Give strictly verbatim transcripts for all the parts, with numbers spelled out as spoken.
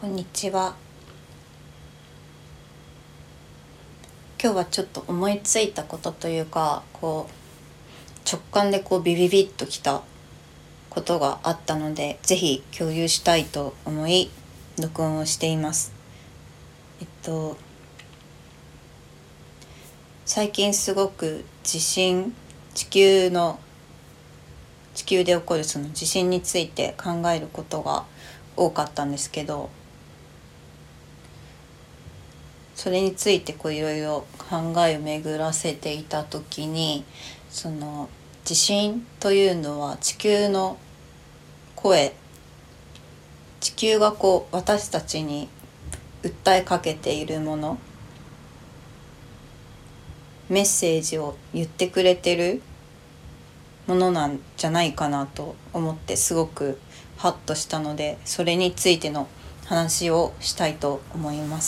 こんにちは。今日はちょっと思いついたことというか、こう直感でこうビビビッときたことがあったので、ぜひ共有したいと思い録音をしています。えっと最近すごく地震、地球の地球で起こるその地震について考えることが多かったんですけど、それについてこういろいろ考えを巡らせていた時に、その地震というのは地球の声、地球がこう私たちに訴えかけているもの、メッセージを言ってくれてるものなんじゃないかなと思って、すごくハッとしたので、それについての話をしたいと思います。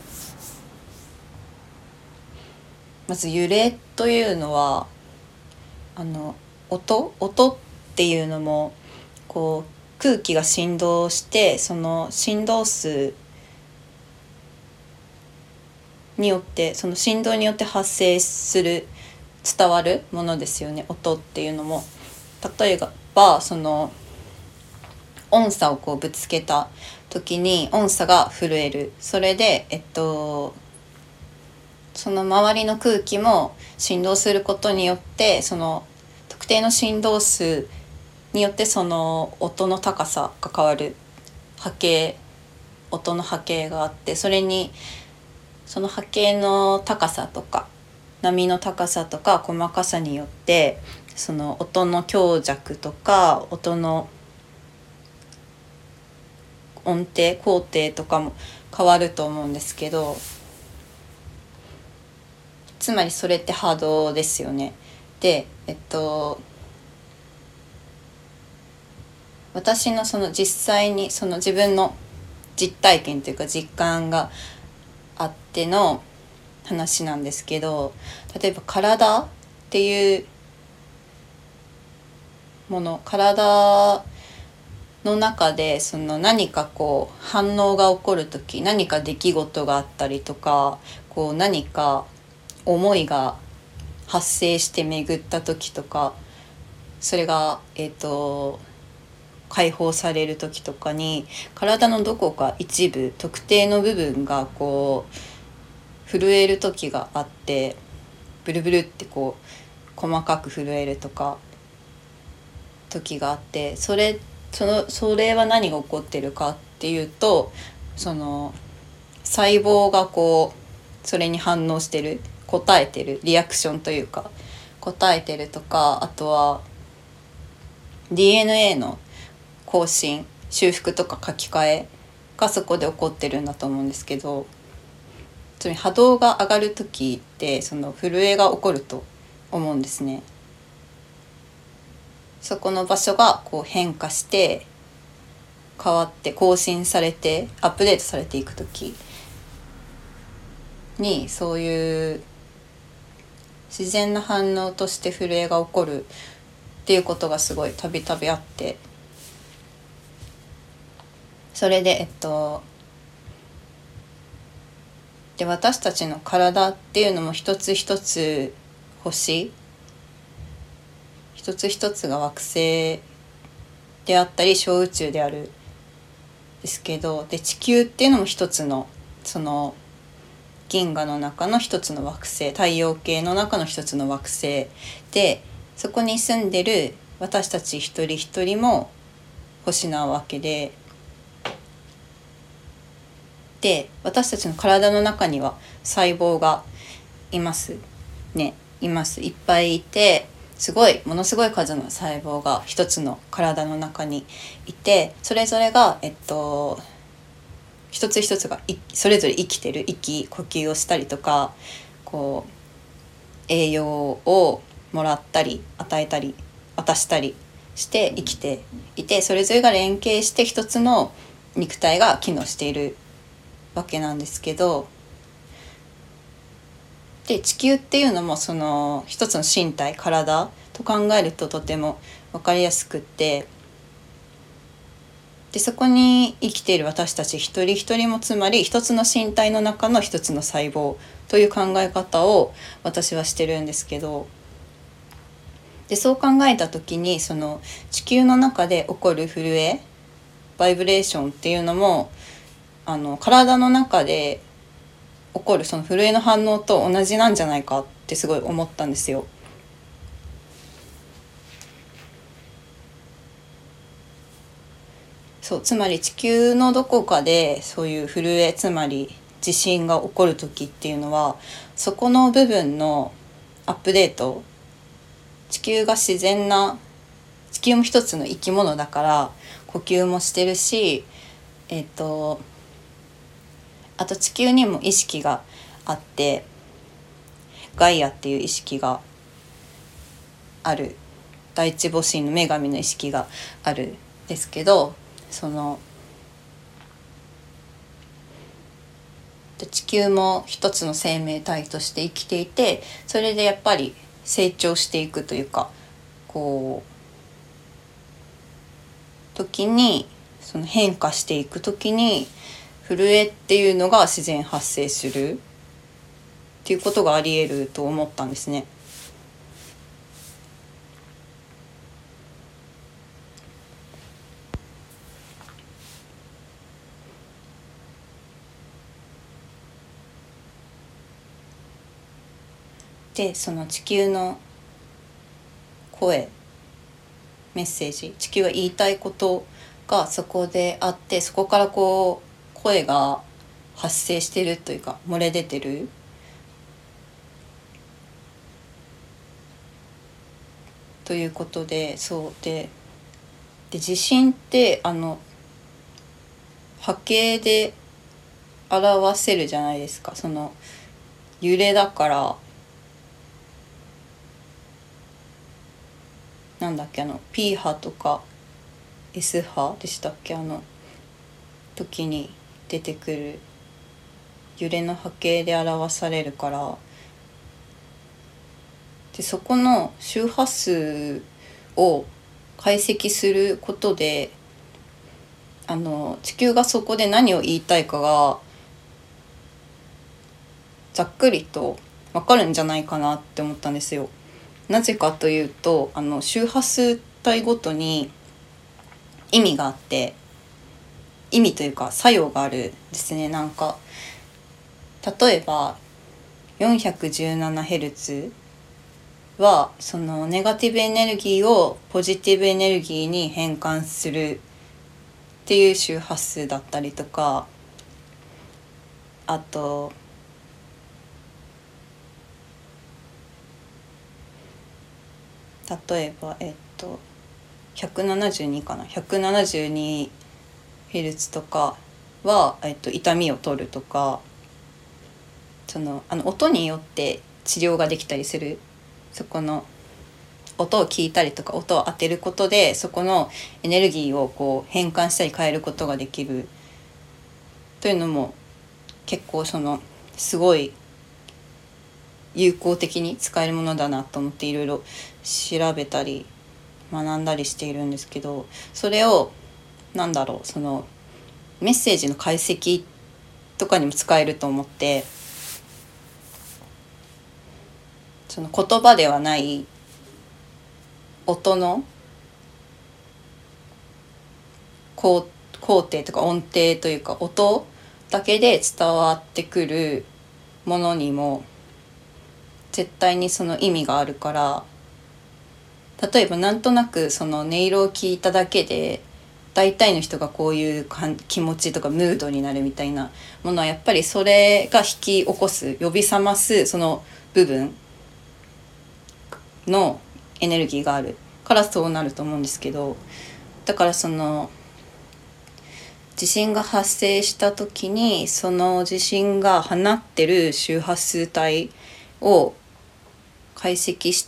まず揺れというのは、あの音音っていうのもこう空気が振動して、その振動数によってその振動によって発生する、伝わるものですよね。音っていうのも、例えばその音叉をこうぶつけた時に音叉が震える。それでえっとその周りの空気も振動することによって、その特定の振動数によってその音の高さが変わる波形、音の波形があって、それにその波形の高さとか波の高さとか細かさによって、その音の強弱とか音の音程、高低とかも変わると思うんですけど、つまりそれって波動ですよね。で、えっと私のその実際にその自分の実体験というか実感があっての話なんですけど、例えば体っていうもの、体の中でその何かこう反応が起こるとき、何か出来事があったりとか、こう何か思いが発生して巡った時とか、それがえっと解放される時とかに、体のどこか一部特定の部分がこう震える時があって、ブルブルってこう細かく震えるとか時があって、それそのそれは何が起こってるかっていうと、その細胞がこうそれに反応してる、応えてる、リアクションというか応えてるとか、あとは ディーエヌエー の更新、修復とか書き換えがそこで起こってるんだと思うんですけど、つまり波動が上がる時ってその震えが起こると思うんですね。そこの場所がこう変化して変わって更新されてアップデートされていく時に、そういう自然な反応として震えが起こるっていうことがすごいたびたびあって、それでえっとで私たちの体っていうのも一つ一つ星、一つ一つが惑星であったり小宇宙であるんですけど、で地球っていうのも一つのその銀河の中の一つの惑星、太陽系の中の一つの惑星で、そこに住んでる私たち一人一人も星なわけで、で私たちの体の中には細胞がいますね、いますいっぱいいて、すごいものすごい数の細胞が一つの体の中にいて、それぞれがえっと一つ一つがそれぞれ生きてる、息呼吸をしたりとか、こう栄養をもらったり与えたり渡したりして生きていて、それぞれが連携して一つの肉体が機能しているわけなんですけど、で地球っていうのもその一つの身体、体と考えるととても分かりやすくって、 でそこに生きている私たち一人一人もつまり一つの身体の中の一つの細胞という考え方を私はしてるんですけど、でそう考えた時にその地球の中で起こる震えバイブレーションっていうのもあの体の中で起こるその震えの反応と同じなんじゃないかってすごい思ったんですよ。そうつまり地球のどこかでそういう震えつまり地震が起こる時っていうのはそこの部分のアップデート、地球が自然な地球も一つの生き物だから呼吸もしてるし、えっとあと地球にも意識があってガイアっていう意識がある、第一母神の女神の意識があるんですけど、その地球も一つの生命体として生きていて、それでやっぱり成長していくというかこう時にその変化していく時に震えっていうのが自然発生するっていうことがあり得ると思ったんですね。でその地球の声メッセージ、地球が言いたいことがそこであって、そこからこう声が発生してるというか漏れ出てるということで、そうでで地震ってあの波形で表せるじゃないですか。その揺れだからなんだっけあの P 波とか S 波でしたっけ、あの時に出てくる揺れの波形で表されるから、でそこの周波数を解析することであの地球がそこで何を言いたいかがざっくりと分かるんじゃないかなって思ったんですよ。なぜかというとあの周波数帯ごとに意味があって、意味というか作用があるんですね。なんか例えば よんひゃくじゅうななヘルツ はそのネガティブエネルギーをポジティブエネルギーに変換するっていう周波数だったりとか、あと例えばえっとひゃくななじゅうにかな ひゃくななじゅうにヘルツ とかは、えっと、痛みを取るとか、そのあの音によって治療ができたりする、そこの音を聞いたりとか音を当てることでそこのエネルギーをこう変換したり変えることができるというのも結構そのすごい有効的に使えるものだなと思っていろいろ調べたり学んだりしているんですけど、それをなんだろうそのメッセージの解析とかにも使えると思って、その言葉ではない音の高高低とか音程というか音だけで伝わってくるものにも絶対にその意味があるから、例えばなんとなくその音色を聞いただけで大体の人がこういう気持ちとかムードになるみたいなものはやっぱりそれが引き起こす呼び覚ますその部分のエネルギーがあるからそうなると思うんですけど、だからその地震が発生した時にその地震が放ってる周波数帯を解析して、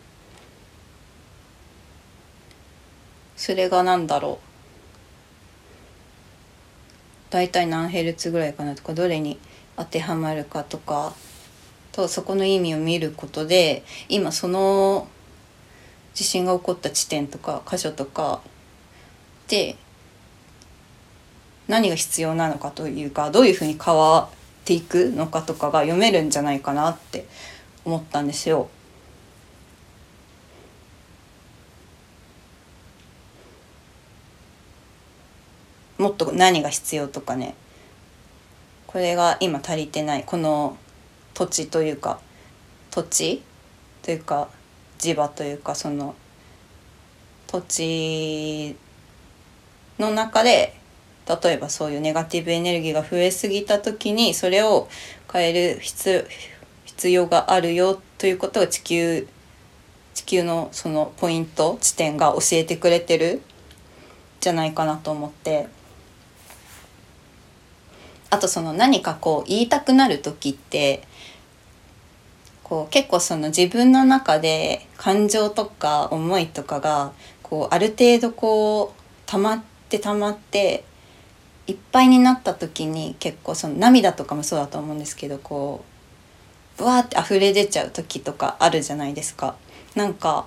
それが何だろうだいたい何ヘルツぐらいかなとかどれに当てはまるかとかとそこの意味を見ることで今その地震が起こった地点とか箇所とかで何が必要なのかというか、どういうふうに変わっていくのかとかが読めるんじゃないかなって思ったんですよ。もっと何が必要とかね、これが今足りてない、この土地というか土地というか地場というか、その土地の中で例えばそういうネガティブエネルギーが増えすぎた時にそれを変える必必要があるよということを地球地球のそのポイント地点が教えてくれてるじゃないかなと思って、あとその何かこう言いたくなる時ってこう結構その自分の中で感情とか思いとかがこうある程度こう溜まって溜まっていっぱいになった時に、結構その涙とかもそうだと思うんですけど、こうブワーって溢れ出ちゃう時とかあるじゃないですか。なんか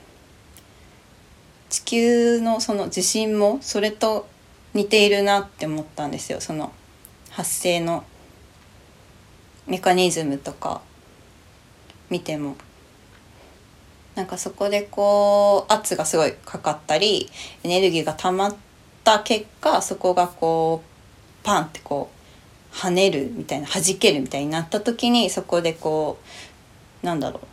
地球のその地震もそれと似ているなって思ったんですよ。その発生のメカニズムとか見ても、なんかそこでこう圧がすごいかかったりエネルギーが溜まった結果、そこがこうパンってこう跳ねるみたいな、弾けるみたいになった時に、そこでこうなんだろう、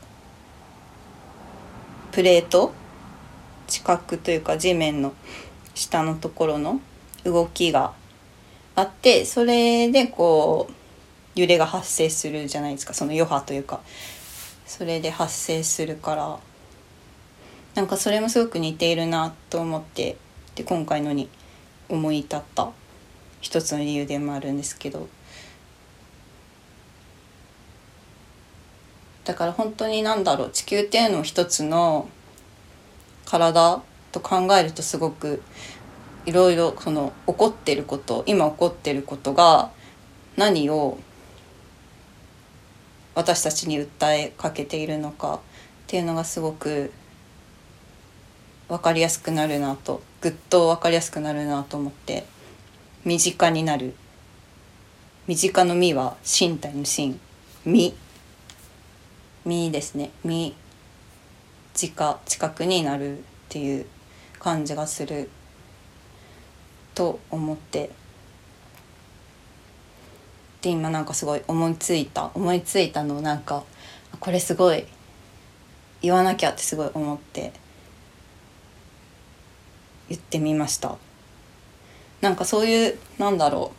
プレート地殻というか地面の下のところの動きがあって、それでこう揺れが発生するじゃないですか。その余波というかそれで発生するから、なんかそれもすごく似ているなと思って、で今回のに思い至った一つの理由でもあるんですけど、だから本当に何だろう、地球っていうのを一つの体と考えると、すごくいろいろその起こってること、今起こってることが何を私たちに訴えかけているのかっていうのがすごく分かりやすくなるなと、ぐっと分かりやすくなるなと思って、身近になる、身近の身は身体の身、身身ですね、身近近くになるっていう感じがすると思って、で今なんかすごい思いついた思いついたのをなんかこれすごい言わなきゃってすごい思って言ってみました。なんかそういうなんだろう、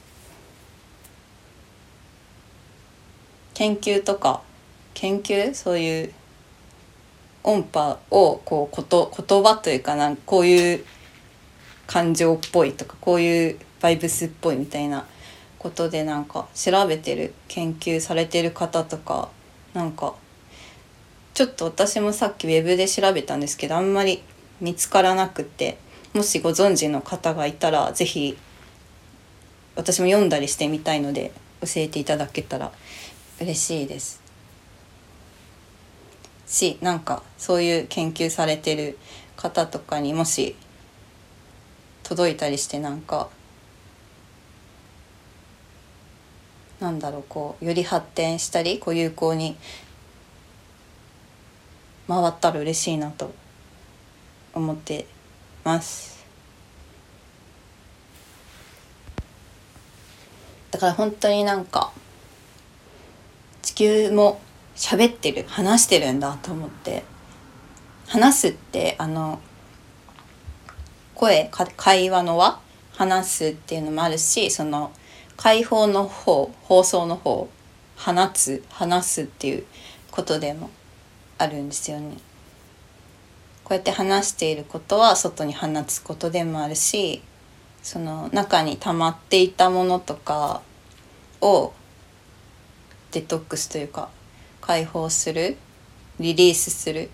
研究とか研究そういう音波をこうこと言葉というか、なんかこういう感情っぽいとかこういうバイブスっぽいみたいなことでなんか調べてる研究されてる方とか、なんかちょっと私もさっきウェブで調べたんですけど、あんまり見つからなくて、もしご存知の方がいたらぜひ私も読んだりしてみたいので教えていただけたら嬉しいですし、なんかそういう研究されてる方とかにもし届いたりして、なんかなんだろう、こうより発展したりこう有効に回ったら嬉しいなと思ってます。だから本当になんか地球も喋ってる話してるんだと思って、話すってあの声会話の輪話すっていうのもあるし、その解放の方放送の方放つ話すっていうことでもあるんですよね。こうやって話していることは外に放つことでもあるし、その中に溜まっていたものとかをデトックスというか解放する、リリースする、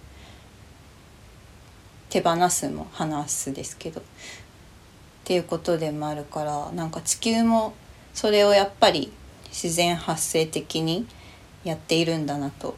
手放すも話すですけどっていうことでもあるから、なんか地球もそれをやっぱり自然発生的にやっているんだなと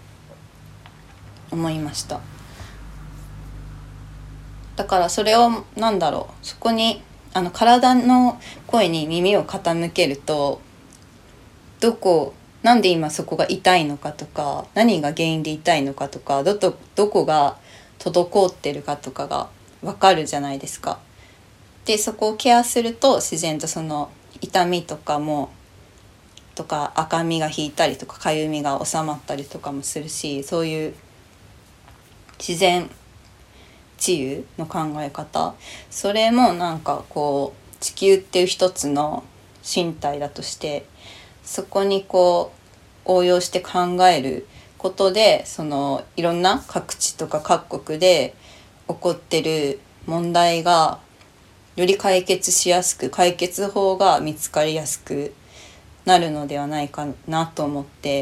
思いました。だからそれをなんだろう、そこにあの体の声に耳を傾けると、どこなんで今そこが痛いのかとか、何が原因で痛いのかとか、どとどこが滞ってるかとかが分かるじゃないですか。でそこをケアすると自然とその痛みとかもとか赤みが引いたりとかかゆみが収まったりとかもするし、そういう自然治癒の考え方、それもなんかこう地球っていう一つの身体だとして、そこにこう応用して考えることで、そのいろんな各地とか各国で起こってる問題がより解決しやすく、解決法が見つかりやすくなるのではないかなと思って、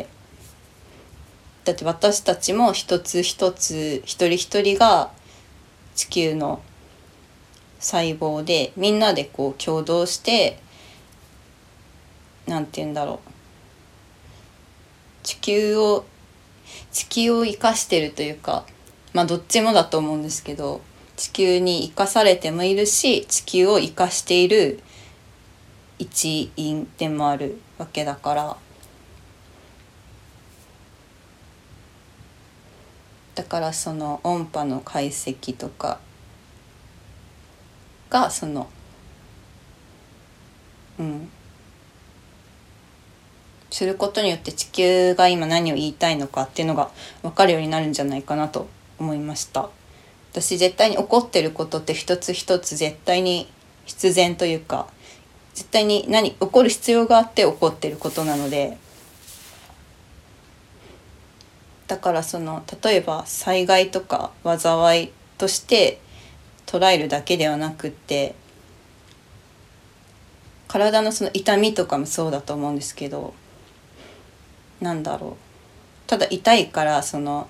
だって私たちも一つ一つ一人一人が地球の細胞で、みんなでこう共同して、なんて言うんだろう、地球を地球を生かしてるというか、まあどっちもだと思うんですけど、地球に生かされてもいるし、地球を生かしている一員でもあるわけだから、だからその音波の解析とかがそのうんすることによって地球が今何を言いたいのかっていうのが分かるようになるんじゃないかなと思いました。私絶対に起こってることって一つ一つ絶対に必然というか、絶対に何起こる必要があって起こってることなので、だからその例えば災害とか災いとして捉えるだけではなくって、体のその痛みとかもそうだと思うんですけど、なんだろう、ただ痛いからその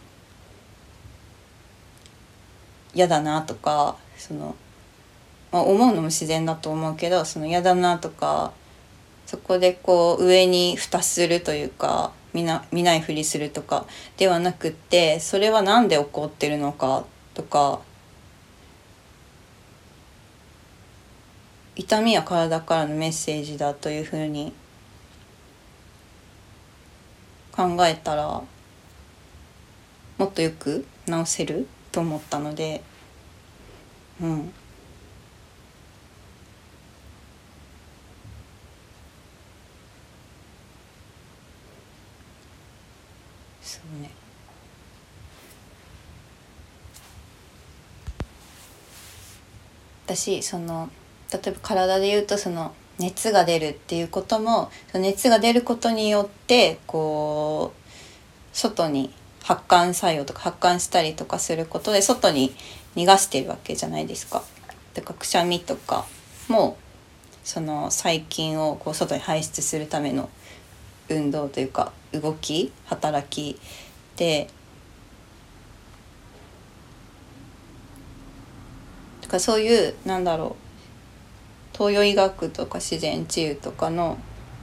嫌だなとか、その、まあ、思うのも自然だと思うけど、その嫌だなとか、そこでこう上に蓋するというか、見な、見ないふりするとかではなくって、それは何で起こってるのかとか、痛みは体からのメッセージだというふうに考えたら、もっとよく治せると思ったので、うんそうね。私その例えば体で言うと、その熱が出るっていうことも、その熱が出ることによってこう外に発汗作用とか発汗したりとかすることで外に逃がしてるわけじゃないですか。だからくしゃみとかもその細菌をこう外に排出するための運動というか動き働きで、だからそういうなんだろう、東洋医学とか自然治癒とかの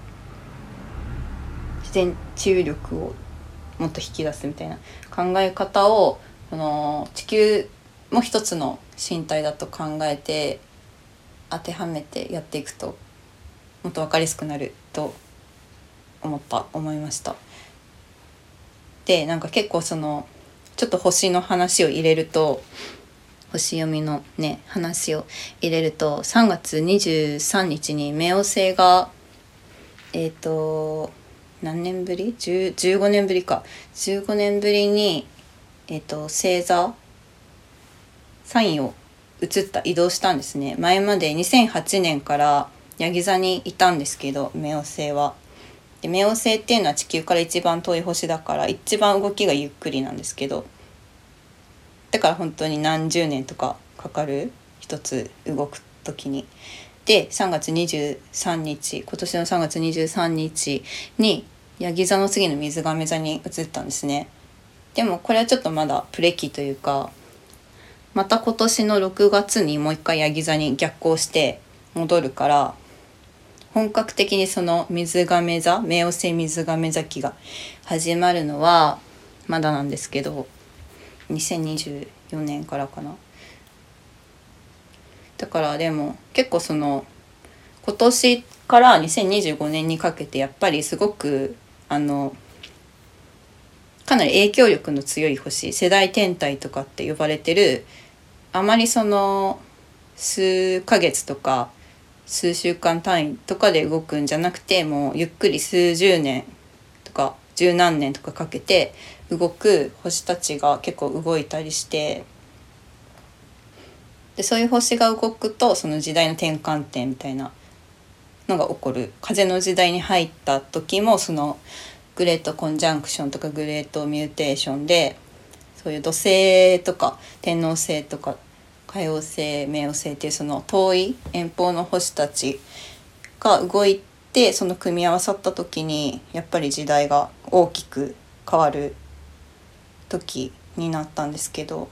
自然治癒力をもっと引き出すみたいな考え方を、この地球も一つの身体だと考えて当てはめてやっていくと、もっと分かりやすくなると思った思いました。でなんか結構そのちょっと星の話を入れると、星読みのね話を入れると、さんがつにじゅうさんにちに冥王星がえっ、ー、と何年ぶり 10, じゅうごねんぶりかじゅうごねんぶりにえっ、ー、と星座サインを移った移動したんですね。前までにせんはちねんからヤギ座にいたんですけど、冥王星はで冥王星っていうのは地球から一番遠い星だから一番動きがゆっくりなんですけど、だから本当に何十年とかかかる、一つ動く時に。でさんがつにじゅうさんにち、今年のさんがつにじゅうさんにちにヤギ座の次の水亀座に移ったんですね。でもこれはちょっとまだプレ期というか、また今年のろくがつにもう一回ヤギ座に逆行して戻るから、本格的にその水亀座冥王星水亀座期が始まるのはまだなんですけど、にせんにじゅうよねんからかな。 だからでも結構その今年からにせんにじゅうごねんにかけてやっぱりすごくあのかなり影響力の強い星、世代天体とかって呼ばれてる、あまりその数ヶ月とか数週間単位とかで動くんじゃなくて、もうゆっくり数十年とか十何年とかかけて動く星たちが結構動いたりして、でそういう星が動くとその時代の転換点みたいなのが起こる。風の時代に入った時もそのグレートコンジャンクションとかグレートミューテーションで、そういう土星とか天王星とか海王星冥王星っていうその遠い遠方の星たちが動いて、その組み合わさった時にやっぱり時代が大きく変わる時になったんですけど、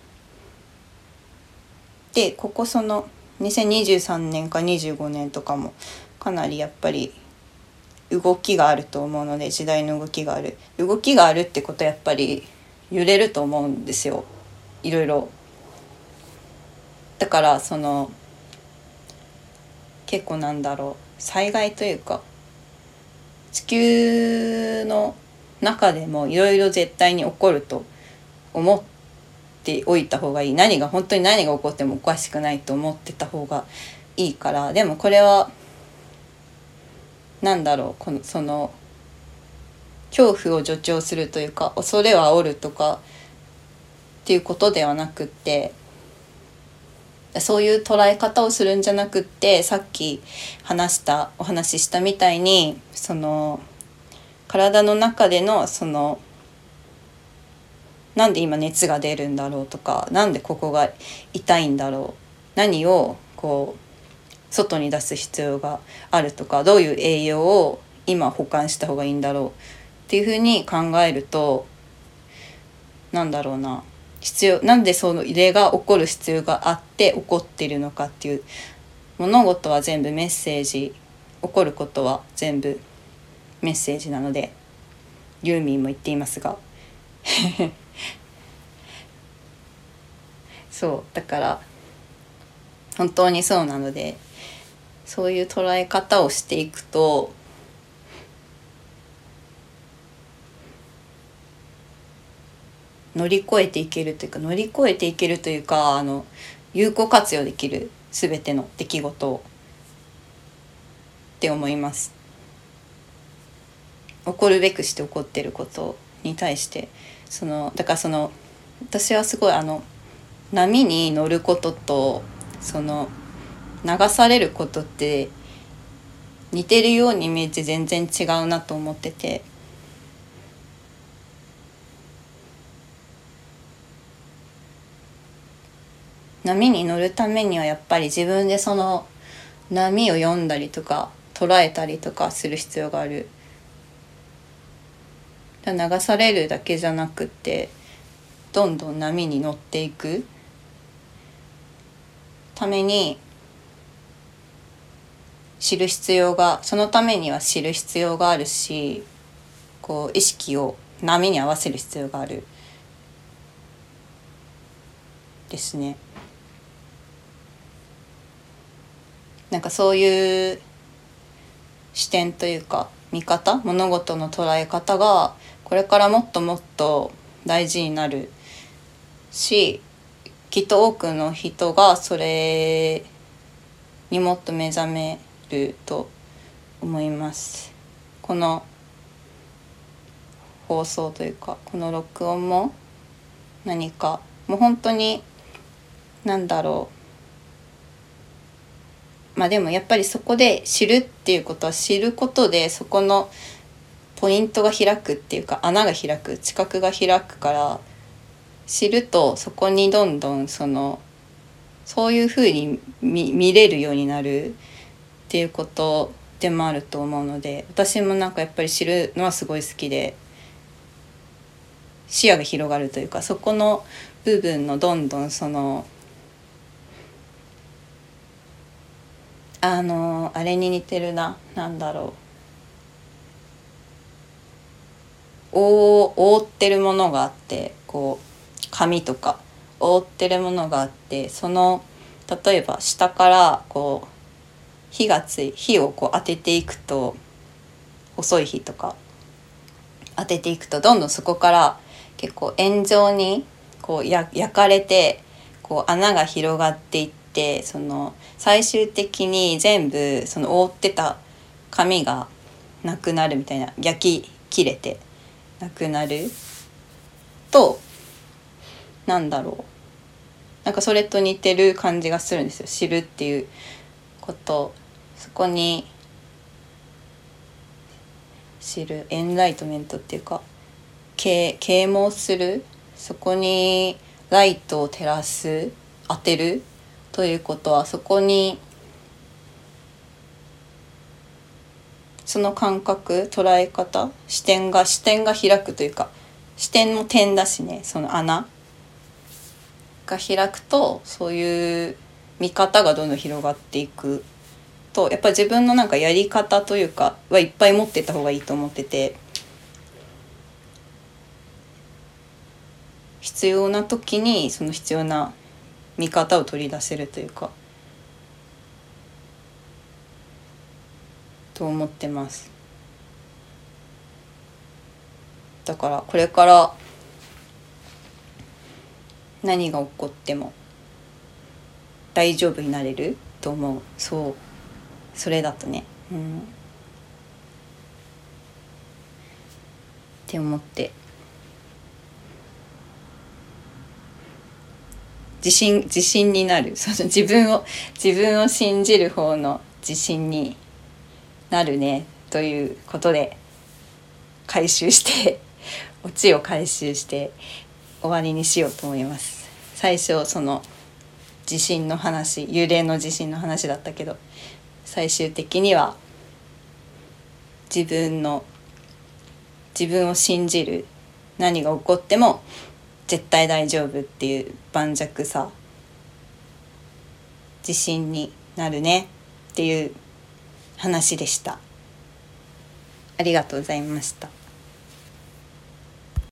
でここそのにせんにじゅうさんねんかにじゅうごねんとかもかなりやっぱり動きがあると思うので、時代の動きがある動きがあるってことはやっぱり揺れると思うんですよ、いろいろ。だからその結構なんだろう、災害というか地球の中でもいろいろ絶対に起こると思っておいた方がいい。何が本当に何が起こってもおかしくないと思ってた方がいいから。でもこれはなんだろう、このその恐怖を助長するというか恐れを煽るとかっていうことではなくって、そういう捉え方をするんじゃなくって、さっき話したお話ししたみたいに、その体の中でのそのなんで今熱が出るんだろうとか、なんでここが痛いんだろう、何をこう外に出す必要があるとか、どういう栄養を今保管した方がいいんだろうっていうふうに考えると、なんだろうな、必要なんでその例が起こる必要があって起こっているのかっていう、物事は全部メッセージ、起こることは全部メッセージなので、ユーミンも言っていますがそうだから本当にそうなので、そういう捉え方をしていくと乗り越えていけるというか乗り越えていけるというかあの有効活用できる全ての出来事をって思います。起こるべくして起こっていることに対して、そのだからその私はすごいあの波に乗ることとその流されることって似てるように見えて全然違うなと思ってて、波に乗るためにはやっぱり自分でその波を読んだりとか捉えたりとかする必要がある。流されるだけじゃなくってどんどん波に乗っていくために知る必要がそのためには知る必要があるし、こう意識を波に合わせる必要があるですね。なんかそういう視点というか見方、物事の捉え方がこれからもっともっと大事になるし、きっと多くの人がそれにもっと目覚めると思います。この放送というかこの録音も何かもう本当に何だろう、まあでもやっぱりそこで知るっていうことは知ることでそこのポイントが開くっていうか穴が開く、知覚が開くから、知るとそこにどんどんそのそういうふうに 見, 見れるようになるっていうことでもあると思うので、私もなんかやっぱり知るのはすごい好きで、視野が広がるというかそこの部分のどんどんそのあのあれに似てるな、なんだろう、覆覆ってるものがあって、こう紙とか覆ってるものがあって、その例えば下からこう火がつい火をこう当てていくと、細い火とか当てていくとどんどんそこから結構円状にこうや焼かれて、こう穴が広がっていって、その最終的に全部その覆ってた紙がなくなるみたいな、焼き切れてなくなると、なんだろう、なんかそれと似てる感じがするんですよ。知るっていうこと、そこに知る、エンライトメントっていうか、啓啓蒙する、そこにライトを照らす、当てるということは、そこにその感覚、捉え方、視点が視点が開くというか、視点も点だしね、その穴が開くと、そういう見方がどんどん広がっていくと、やっぱり自分のなんかやり方というかはいっぱい持ってった方がいいと思ってて、必要な時にその必要な見方を取り出せるというか、と思ってます。だからこれから何が起こっても大丈夫になれると思う。そう、それだとね、うん、って思って、自信自信になる、その自分を自分を信じる方の自信になるねということで、回収してオチを回収して終わりにしようと思います。最初その地震の話、幽霊の地震の話だったけど、最終的には自分の自分を信じる、何が起こっても絶対大丈夫っていう盤石さ、自信になるねっていう話でした。ありがとうございました。